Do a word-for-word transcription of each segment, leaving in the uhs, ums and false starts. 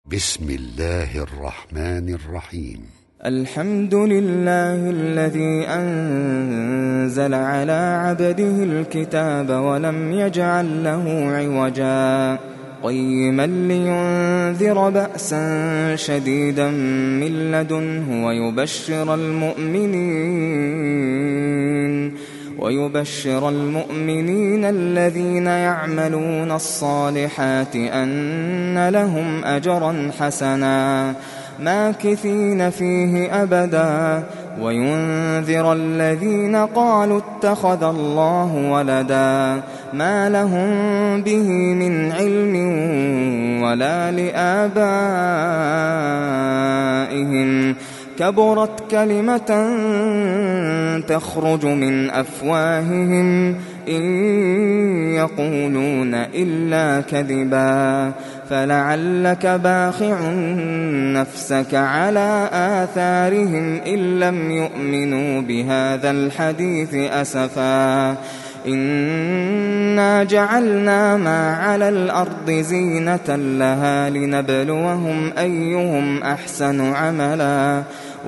بسم الله الرحمن الرحيم. الحمد لله الذي أنزل على عبده الكتاب ولم يجعل له عوجا قيما لينذر بأسا شديدا من لدنه ويبشر المؤمنين ويبشر المؤمنين الذين يعملون الصالحات أن لهم أجرا حسنا ماكثين فيه أبدا وينذر الذين قالوا اتخذ الله ولدا ما لهم به من علم ولا لآبائهم كبرت كلمة تخرج من أفواههم إن يقولون إلا كذبا فلعلك باخع نفسك على آثارهم إن لم يؤمنوا بهذا الحديث أسفا إنا جعلنا ما على الأرض زينة لها لنبلوهم أيهم أحسن عملا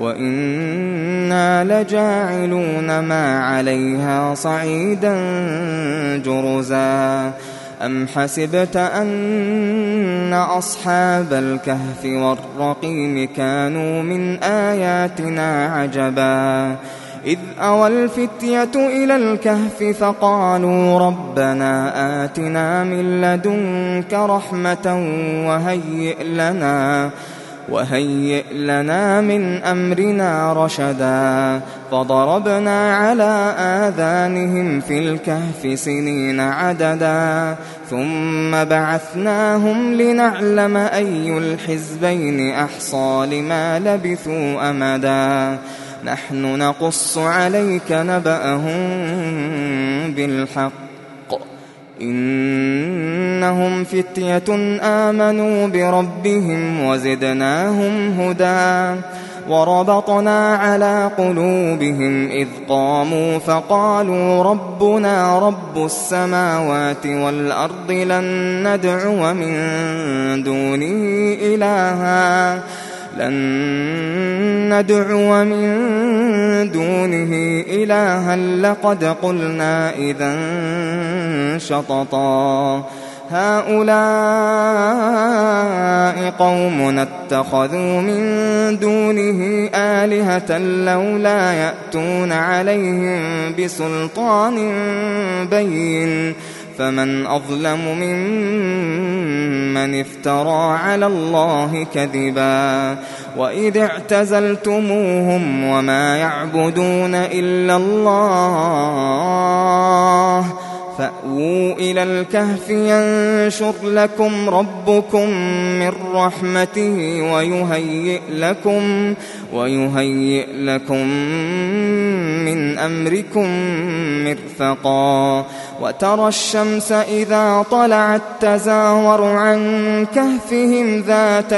وإنا لجاعلون ما عليها صعيدا جرزا أم حسبت أن أصحاب الكهف والرقيم كانوا من آياتنا عجبا إذ أوى الفتية إلى الكهف فقالوا ربنا آتنا من لدنك رحمة وهيئ لنا وهيئ لنا من أمرنا رشدا فضربنا على آذانهم في الكهف سنين عددا ثم بعثناهم لنعلم أي الحزبين أحصى لما لبثوا أمدا نحن نقص عليك نبأهم بالحق إنهم فتية آمنوا بربهم وزدناهم هدى وربطنا على قلوبهم إذ قاموا فقالوا ربنا رب السماوات والأرض لن ندعو من دونه إلها لن ندعو من دونه إلها لقد قلنا إذا شططا هؤلاء قومنا اتخذوا من دونه آلهة لولا يأتون عليهم بسلطان بين فمن أظلم ممن افترى على الله كذبا وإذ اعتزلتموهم وما يعبدون إلا الله فأووا إلى الكهف ينشر لكم ربكم من رحمته ويهيئ لكم ويهيئ لكم من أمركم مرفقا وترى الشمس إذا طلعت تزاور عن كهفهم ذات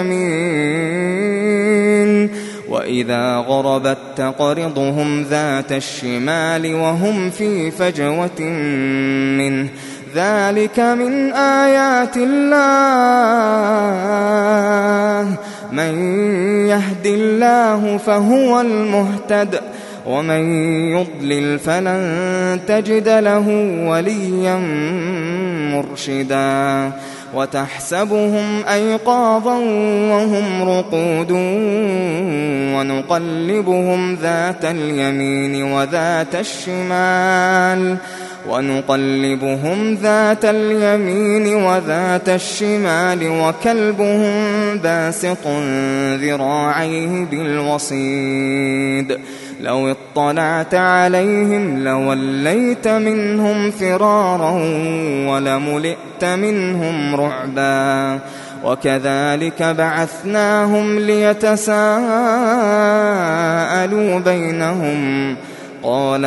اليمين وإذا غربت تقرضهم ذات الشمال وهم في فجوة منه ذلك من آيات الله من يهد الله فهو المهتد ومن يضلل فلن تجد له وليا مرشدا وتحسبهم أيقاظا وهم رقود ونقلبهم ذات اليمين وذات الشمال ونقلبهم ذات اليمين وذات الشمال وكلبهم باسط ذراعيه بالوصيد لو اطلعت عليهم لوليت منهم فرارا ولملئت منهم رعبا وكذلك بعثناهم ليتساءلوا بينهم قال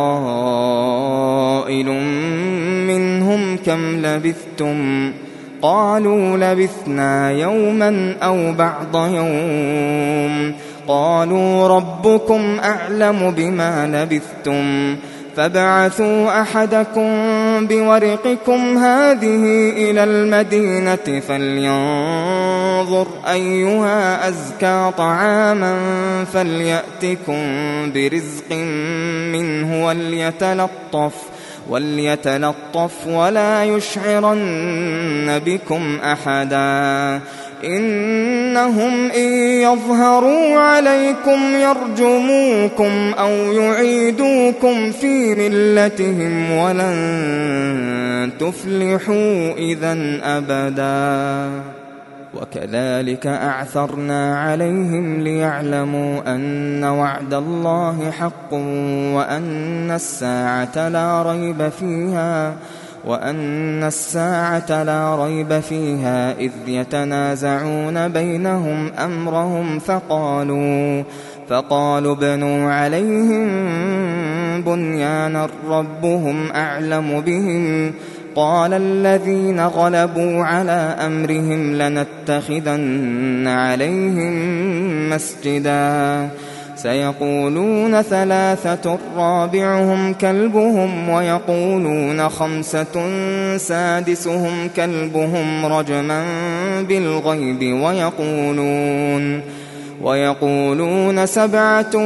قائل منهم كم لبثتم قالوا لبثنا يوما أو بعض يوم قالوا ربكم أعلم بما لبثتم فابعثوا أحدكم بورقكم هذه إلى المدينة فلينظر فلينظر أيها أزكى طعاما فليأتكم برزق منه وليتلطف وليتلطف ولا يشعرن بكم أحدا إنهم إن يظهروا عليكم يرجموكم أو يعيدوكم في ملتهم ولن تفلحوا إذن أبدا وكذلك أعثرنا عليهم ليعلموا أن وعد الله حق وأن الساعة لا ريب فيها وأن الساعة لا ريب فيها إذ يتنازعون بينهم أمرهم فقالوا فقالوا ابنوا عليهم بنيانا ربهم أعلم بهم قال الذين غلبوا على أمرهم لنتخذن عليهم مسجدا سيقولون ثلاثة رابعهم كلبهم ويقولون خمسة سادسهم كلبهم رجما بالغيب ويقولون ويقولون سبعة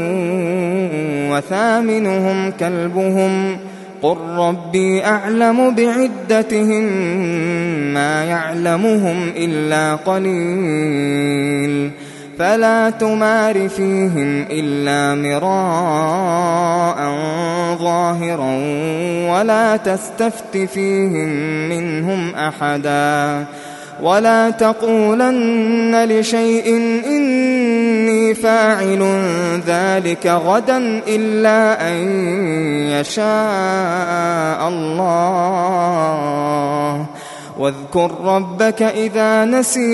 وثامنهم كلبهم قل ربي أعلم بعدتهم ما يعلمهم إلا قليل فلا تمار فيهم إلا مراء ظاهرا ولا تستفت فيهم منهم أحدا ولا تقولن لشيء إني فاعل ذلك غدا إلا أن يشاء الله واذكر ربك إذا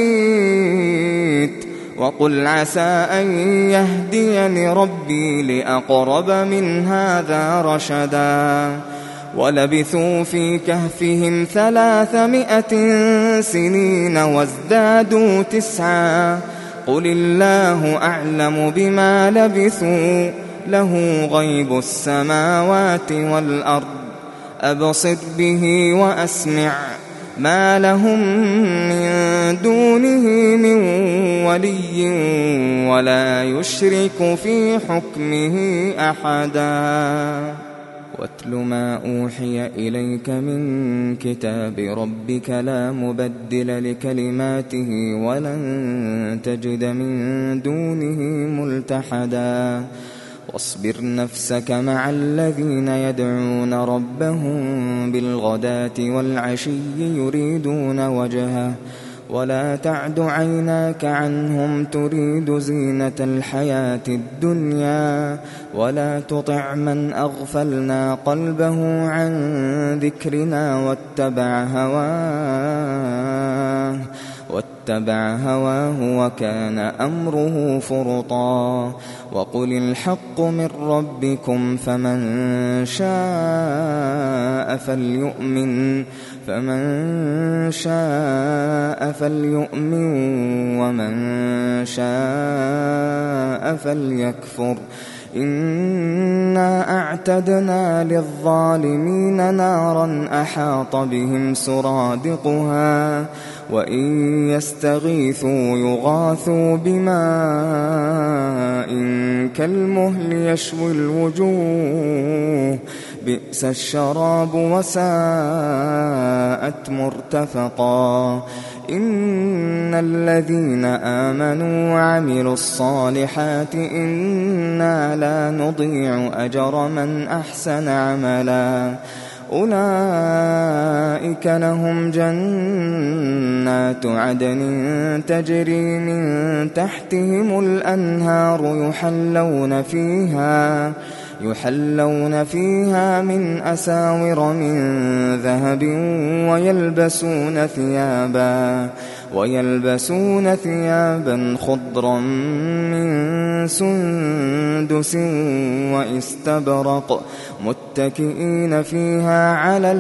نسيت وقل عسى أن يهديني ربي لأقرب من هذا رشدا ولبثوا في كهفهم ثلاثمائة سنين وازدادوا تسعا قل الله أعلم بما لبثوا له غيب السماوات والأرض أبصر به وأسمع ما لهم من دونه من ولي ولا يشرك في حكمه أحدا واتل ما أوحي إليك من كتاب ربك لا مبدل لكلماته ولن تجد من دونه ملتحدا واصبر نفسك مع الذين يدعون ربهم بالغداة والعشي يريدون وجهه ولا تعد عيناك عنهم تريد زينة الحياة الدنيا ولا تطع من أغفلنا قلبه عن ذكرنا واتبع هواه واتبع هواه وكان أمره فرطا وقل الحق من ربكم فمن شاء فليؤمن فمن شاء فليؤمن ومن شاء فليكفر إنا أعتدنا للظالمين نارا أحاط بهم سرادقها وإن يستغيثوا يغاثوا بماء كالمهل يشوي الوجوه بئس الشراب وساءت مرتفقا إن الذين آمنوا وعملوا الصالحات إنا لا نضيع أجر من أحسن عملا أولئك لهم جنات عدن تجري من تحتهم الأنهار يحلون فيها يحلون فيها من أساور من ذهب ويلبسون ثيابا ويلبسون ثيابا خضرا من سندس واستبرق متكئين فيها على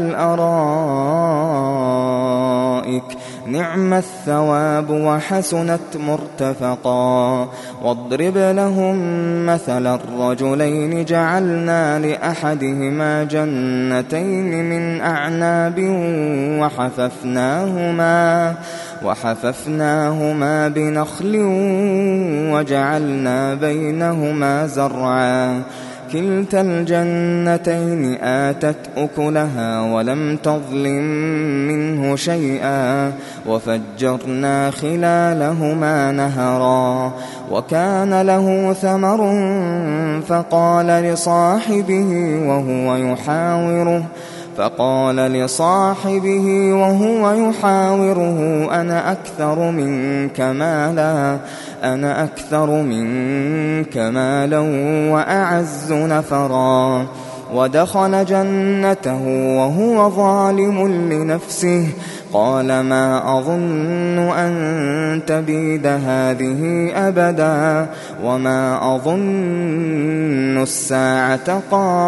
الأرائك نعم الثواب وحسنت مرتفقا واضرب لهم مثل الرجلين جعلنا لأحدهما جنتين من أعناب وحففناهما وحففناهما بنخل وجعلنا بينهما زرعا كلتا الجنتين آتت أكلها ولم تظلم منه شيئا وفجرنا خلالهما نهرا وكان له ثمر فقال لصاحبه وهو يحاوره فقال لصاحبه وهو يحاوره أنا أكثر منك مالا أنا أكثر منك مالا وأعز نفرا ودخل جنته وهو ظالم لنفسه قال ما أظن أن تبيد هذه أبدا وما أظن الساعة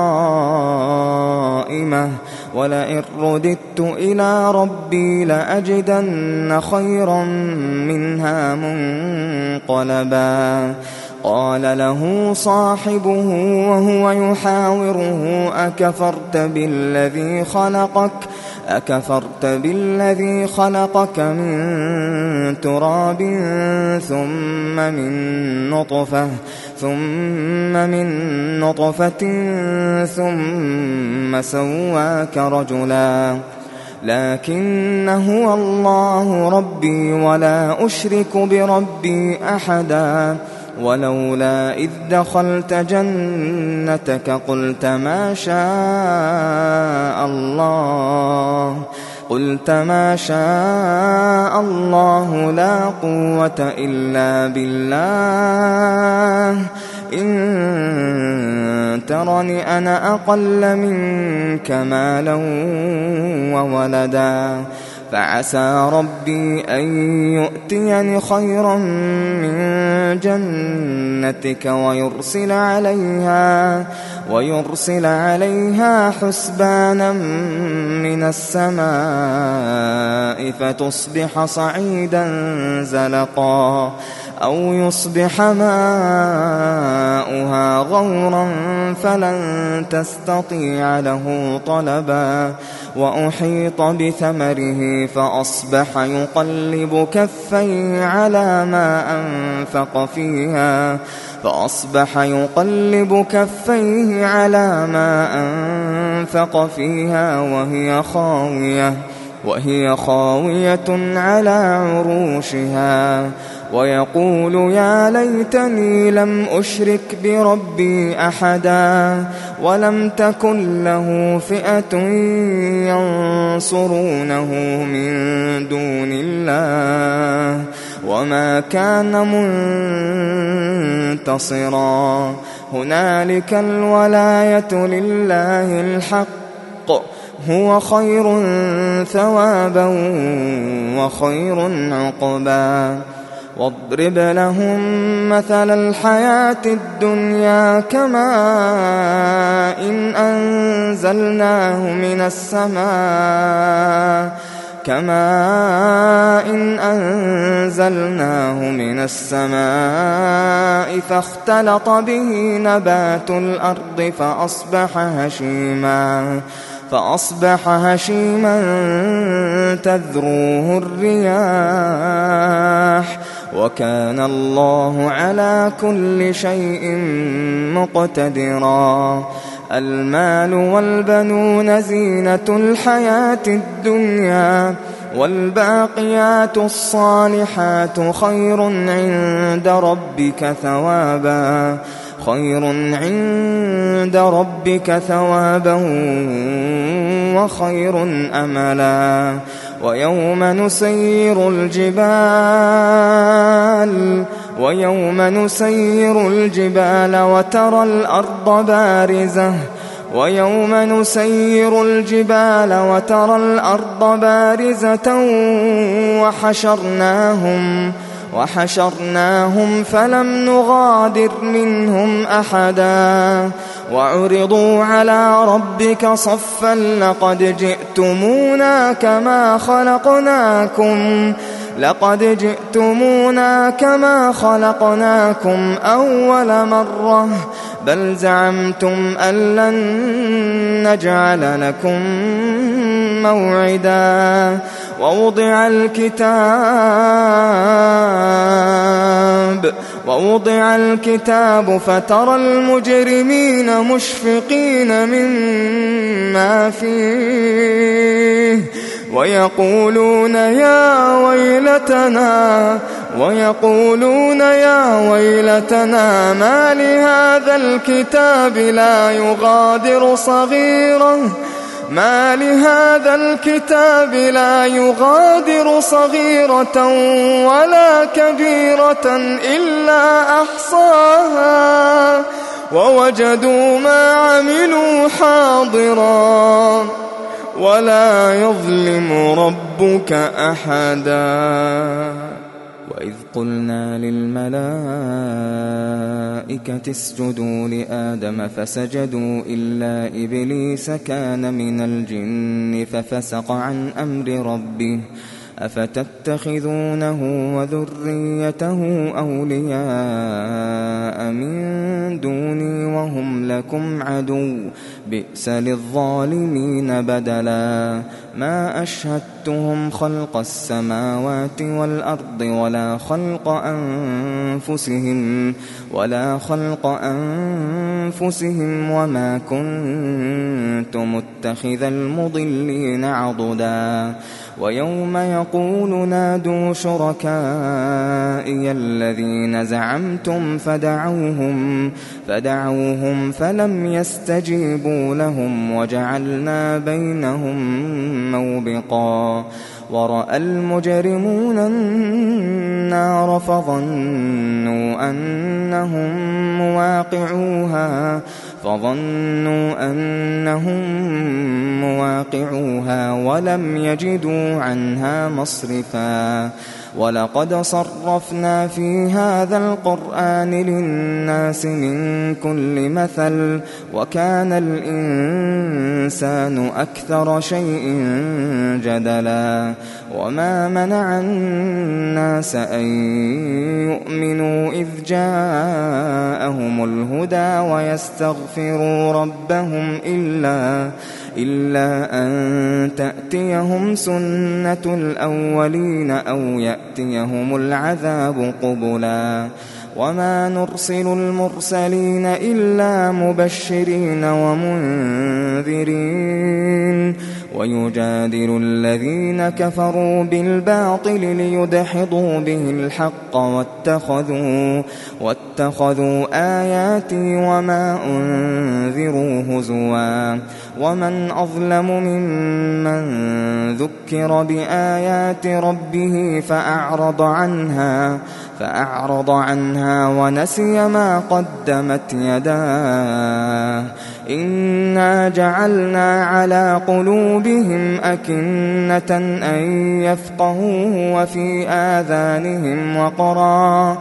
قائمة ولئن رددت إلى ربي لأجدن خيرا منها منقلبا قال له صاحبه وهو يحاوره أكفرت بالذي خلقك أكفرت بالذي خلقك من تراب ثم من نطفة ثم من نطفة ثم سواك رجلا لكن هو الله ربي ولا أشرك بربي أحدا ولولا إذ دخلت جنتك قلت ما شاء الله قلت ما شاء الله لا قوة إلا بالله إن ترني أنا أقل منك مالا وولدا فعسى ربي أن يؤتيني خيرا من جنتك ويرسل عليها ويرسل عليها حسبانا من السماء فتصبح صعيدا زلقا أو يصبح ماؤها غورا فلن تستطيع له طلبا وأحيط بثمره فأصبح يقلب كفيه على ما أنفق فيها فأصبح يقلب كفيه على ما أنفق فيها وهي خاوية وهي خاوية على عروشها ويقول يا ليتني لم أشرك بربي أحدا ولم تكن له فئة ينصرونه من دون الله وما كان منتصرا هنالك الولاية لله الحق هو خير ثوابا وخير عقبا واضرب لهم مثل الحياة الدنيا كماء إن أنزلناه من السماء كماء إن أنزلناه من السماء فاختلط به نبات الأرض فأصبح هشيما فأصبح هشيما تذروه الرياح وكان الله على كل شيء مقتدرا المال والبنون زينة الحياة الدنيا والباقيات الصالحات خير عند ربك ثوابا خير عند ربك ثوابا وخير أملا ويوم نسير الجبال ويوم نسير الجبال وترى الأرض بارزة ويوم نسير الجبال وترى الأرض بارزة وحشرناهم وحشرناهم فلم نغادر منهم أحدا وعرضوا على ربك صفا لقد جئتمونا كما خلقناكم لقد جئتمونا كما خلقناكم أول مرة بل زعمتم أن لن نجعل لكم موعدا ووضع الكتاب ووضع الكتاب فترى المجرمين مشفقين مما فيه ويقولون يا ويلتنا ويقولون يا ويلتنا ما لهذا الكتاب لا يغادر صغيرة ما لهذا الكتاب لا يغادر صغيرة ولا كبيرة إلا أحصاها ووجدوا ما عملوا حاضرا ولا يظلم ربك أحدا. وإذ قلنا للملائكة اسجدوا لآدم فسجدوا إلا إبليس كان من الجن ففسق عن أمر ربه أفتتخذونه وذريته أولياء من دوني وهم لكم عدو بئس للظالمين بدلا. ما أشهدتهم خلق السماوات والأرض ولا خلق أنفسهم ولا خلق أنفسهم وما كنت متخذ المضلين عضدا. ويوم يقول نادوا شركائي الذين زعمتم فدعوهم فدعوهم فلم يستجيبوا لهم وجعلنا بينهم موبقا. ورأى المجرمون النار فظنوا أنهم مواقعوها فظنوا أنهم مواقعوها ولم يجدوا عنها مصرفا. ولقد صرفنا في هذا القرآن للناس من كل مثل وكان الإنسان أكثر شيء جدلا. وما منع الناس أن يؤمنوا إذ جاءهم الهدى ويستغفروا ربهم إلا إلا أن تأتيهم سنة الأولين أو يأتيهم العذاب قبلا. وما نرسل المرسلين إلا مبشرين ومنذرين ويجادل الذين كفروا بالباطل ليدحضوا به الحق واتخذوا, واتخذوا آياتي وما أنذروا هزوا. ومن أظلم ممن ذكر بآيات ربه فأعرض عنها فأعرض عنها ونسي ما قدمت يداه. إنا جعلنا على قلوبهم أكنة أن يفقهوه وفي آذانهم وقرا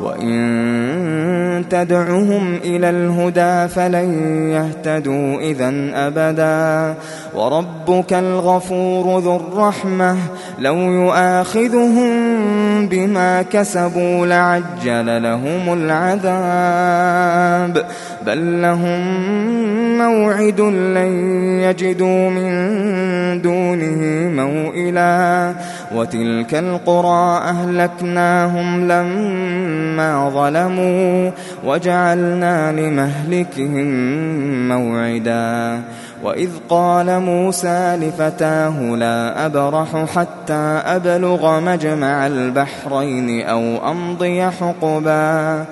وإن تدعهم إلى الهدى فلن يهتدوا إذن أبدا. وربك الغفور ذو الرحمة لو يؤاخذهم بما كسبوا لعجل لهم العذاب بل لهم موعد لن يجدوا من دونه موئلا. وتلك القرى أهلكناهم لما ظلموا وجعلنا لمهلكهم موعدا. وإذ قال موسى لفتاه لا أبرح حتى أبلغ مجمع البحرين أو أمضي حقبا.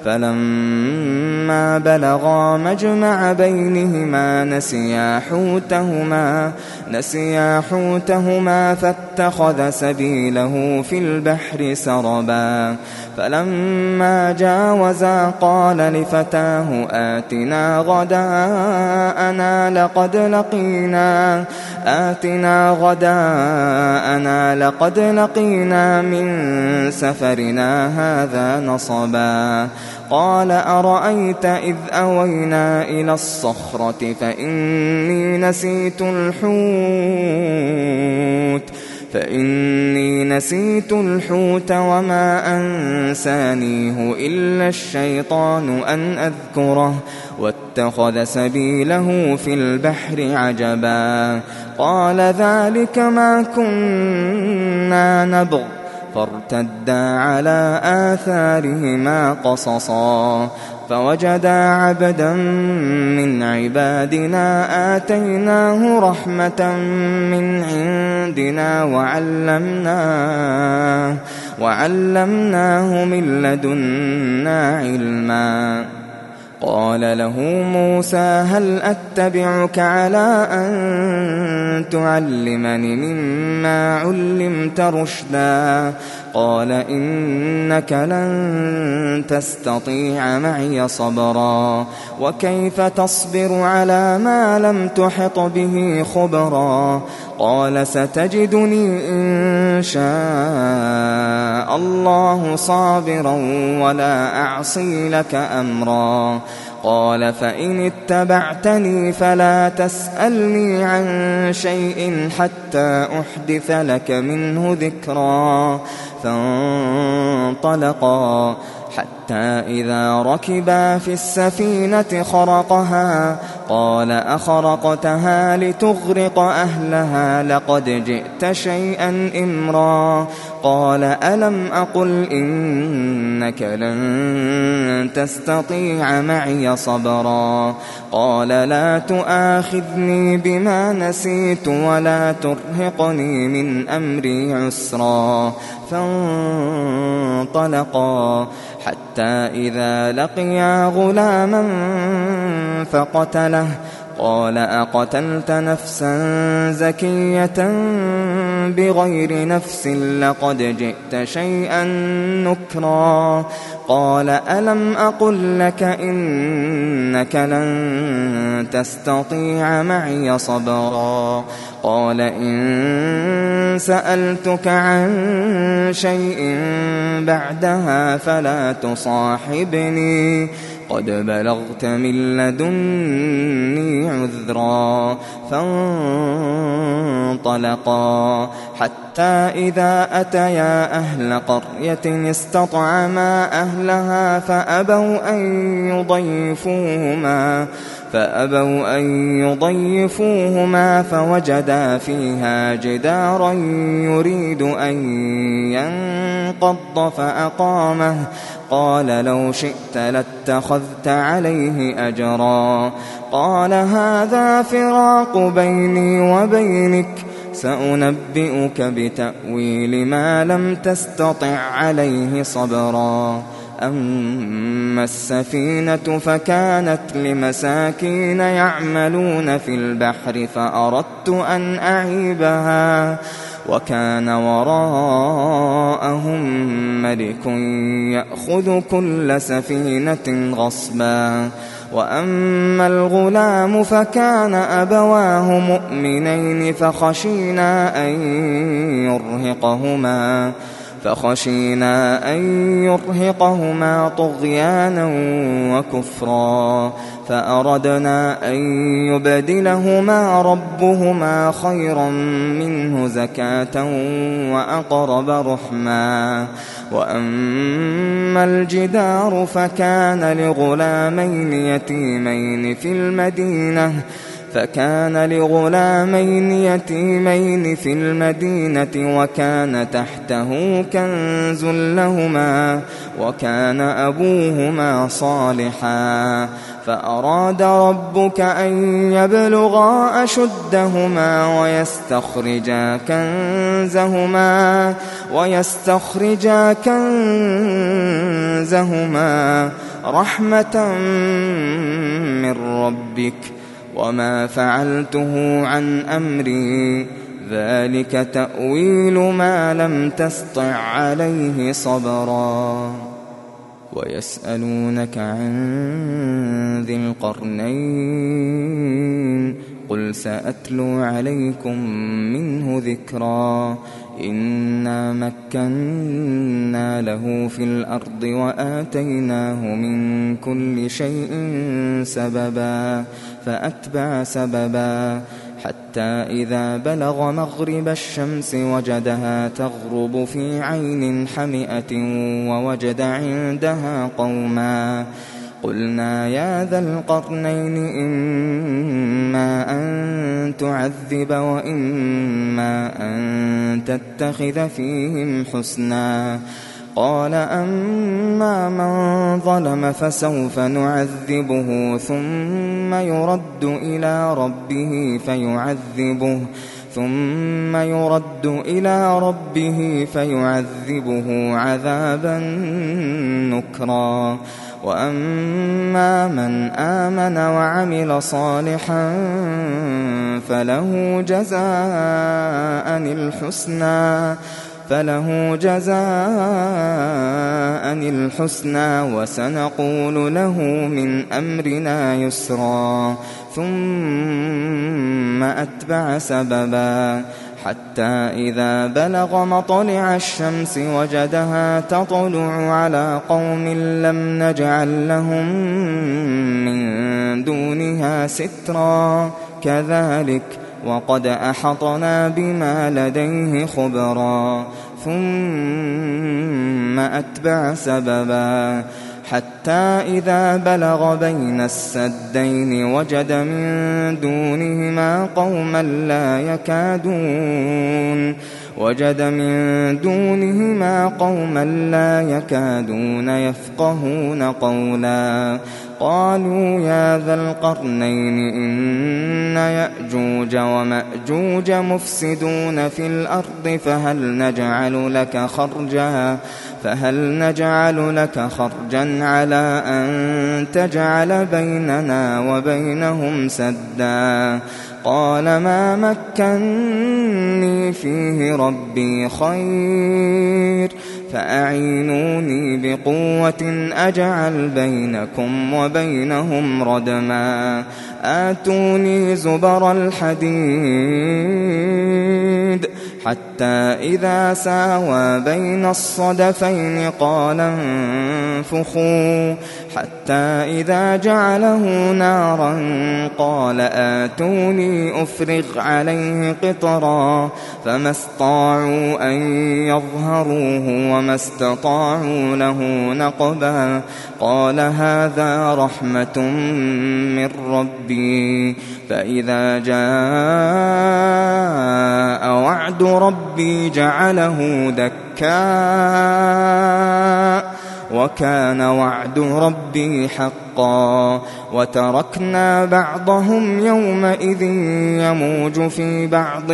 فلما بلغا مجمع بينهما نسيا حوتهما نسيا حوتهما فاتخذ سبيله في البحر سربا. فلما جاوزا قال لفتاه آتنا غداءنا لقد لقينا آتنا غداءنا لقد لقينا من سفرنا هذا نصبا. قال أرأيت إذ أوينا إلى الصخرة فإني نسيت الحوت فإني نسيت الحوت وما أنسانيه إلا الشيطان أن أذكره واتخذ سبيله في البحر عجبا قال ذلك ما كنا نبغ فارتدا على آثارهما قصصا فوجدا عبدا من عبادنا آتيناه رحمة من عندنا وعلمناه, وعلمناه من لدنا علما قال له موسى هل أتبعك على أن تعلمني مما علمت رشدا قال إنك لن تستطيع معي صبرا وكيف تصبر على ما لم تحط به خبرا قال ستجدني إن شاء الله صابرا ولا أعصي لك أمرا قال فإن اتبعتني فلا تسألني عن شيء حتى أحدث لك منه ذكرا فانطلقا حتى إذا ركبا في السفينة خرقها قال أخرقتها لتغرق أهلها لقد جئت شيئا إمرا قال ألم أقل إنك لن تستطيع معي صبرا قال لا تؤاخذني بما نسيت ولا ترهقني من أمري عسرا فانطلقا حتى إذا لقيا غلاما فقتله قال أقتلت نفسا زكية بغير نفس لقد جئت شيئا نكرا قال ألم أقل لك إنك لن تستطيع معي صبرا قال إن سألتك عن شيء بعدها فلا تصاحبني قد بلغت من لدني عذرا فانطلقا حتى إذا أتيا أهل قرية استطعما أهلها فأبوا أن يضيفوهما فأبوا أن يضيفوهما فوجدا فيها جدارا يريد أن ينقض فأقامه قال لو شئت لاتخذت عليه أجرا قال هذا فراق بيني وبينك سأنبئك بتأويل ما لم تستطع عليه صبرا أما السفينة فكانت لمساكين يعملون في البحر فأردت أن أعيبها وكان وراءهم ملك يأخذ كل سفينة غصبا وأما الغلام فكان أبواه مؤمنين فخشينا أن يرهقهما فخشينا أن يرهقهما طغيانا وكفرا فأردنا أن يبدلهما ربهما خيرا منه زكاة وأقرب رحما وأما الجدار فكان لغلامين يتيمين في المدينة فكان لغلامين يتيمين في المدينة وكان تحته كنز لهما وكان أبوهما صالحا فأراد ربك أن يبلغا أشدهما ويستخرجا كنزهما ويستخرجا كنزهما رحمة من ربك وما فعلته عن أمري ذلك تأويل ما لم تسطع عليه صبرا ويسألونك عن ذي القرنين قل سأتلو عليكم منه ذكرا إنا مكنا له في الأرض وآتيناه من كل شيء سببا فأتبع سببا حتى إذا بلغ مغرب الشمس وجدها تغرب في عين حمئة ووجد عندها قوما قلنا يا ذا القرنين إما أن تعذب وإما أن تتخذ فيهم حسنا قال أما من ظلم فسوف نعذبه ثم يرد إلى ربه فيعذبه ثم يرد إلى ربه فيعذبه عذابا نكرا وأما من آمن وعمل صالحا فله جزاء الحسنى فله جزاء الحسنى وسنقول له من أمرنا يسرا ثم أتبع سببا حتى إذا بلغ مطلع الشمس وجدها تطلع على قوم لم نجعل لهم من دونها سترا كذلك وقد أحطنا بما لديه خبرا ثم أتبع سببا حتى إذا بلغ بين السدين وجد من دونهما قوما لا يكادون وجد من دونهما قوما لا يكادون يفقهون قولا قالوا يا ذا القرنين إن يأجوج ومأجوج مفسدون في الأرض فهل نجعل لك خرجا فهل نجعل لك خرجا على أن تجعل بيننا وبينهم سدا قال ما مكنني فيه ربي خير فأعينوني بقوة أجعل بينكم وبينهم ردما آتوني زبر الحديد حتى إذا ساوى بين الصدفين قال انفخوا حتى إذا جعله نارا قال آتوني أفرغ عليه قطرا فما استطاعوا أن يظهروه وما استطاعوا له نقبا قال هذا رحمة من ربي فإذا جاء وعد ربي جعله دكا وكان وعد ربي حقا وتركنا بعضهم يومئذ يموج في بعض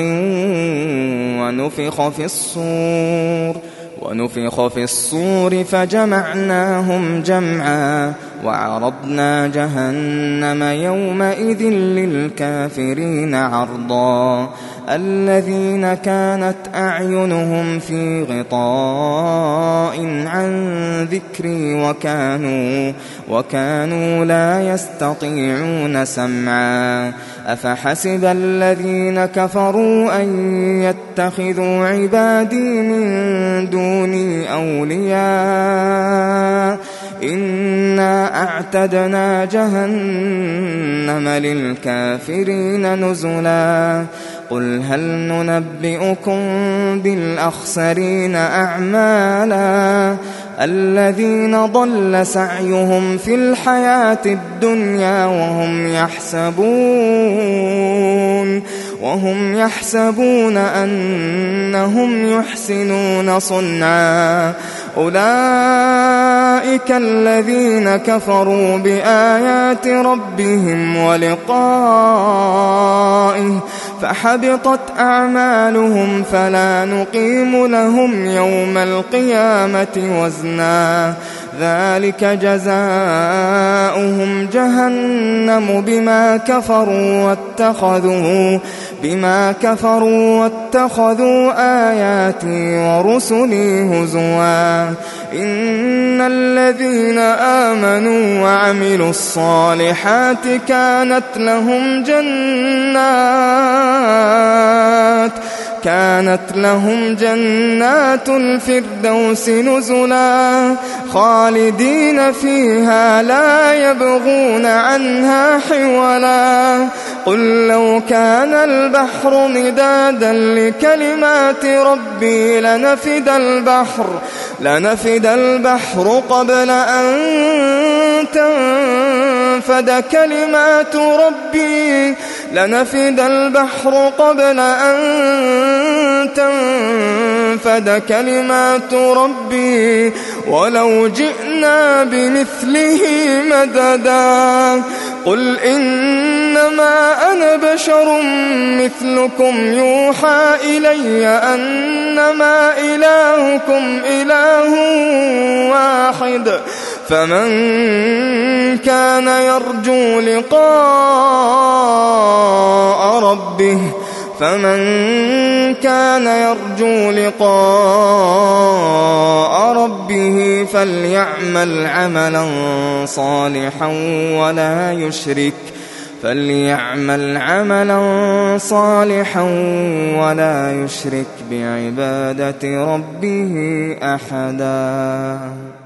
ونفخ في الصور ونفخ في الصور فجمعناهم جمعا وعرضنا جهنم يومئذ للكافرين عرضا الذين كانت أعينهم في غطاء عن ذكري وكانوا, وكانوا لا يستطيعون سمعا أفحسب الذين كفروا أن يتخذوا عبادي من دوني أولياء إنا أعتدنا جهنم للكافرين نزلا قل هل ننبئكم بالأخسرين أعمالا الذين ضل سعيهم في الحياة الدنيا وهم يحسبون وهم يحسبون أنهم يحسنون صنعا أولئك الذين كفروا بآيات ربهم ولقائه فحبطت أعمالهم فلا نقيم لهم يوم القيامة وزنا ذلك جزاؤهم جهنم بما كفروا واتخذوا بما كفروا واتخذوا آياتي ورسلي هزوا إن الذين آمنوا وعملوا الصالحات كانت لهم جنات كانت لهم جنات الفردوس نزلا خالدين فيها لا يبغون عنها حولا قل لو كان البحر مدادا لكلمات ربي لنفد البحر لنفد البحر قبل أن تنفد كلمات ربي لنفد البحر قبل أن تنفد كلمات ربي ولو جئنا بمثله مددا قل إنما أنا بشر مثلكم يوحى إلي أنما إلهكم إله واحد فمن كان يرجو لقاء ربه فمن كان يرجو لقاء ربه فليعمل عملا صالحا ولا يشرك فليعمل عملا صالحا ولا يشرك بعبادة ربه أحدا.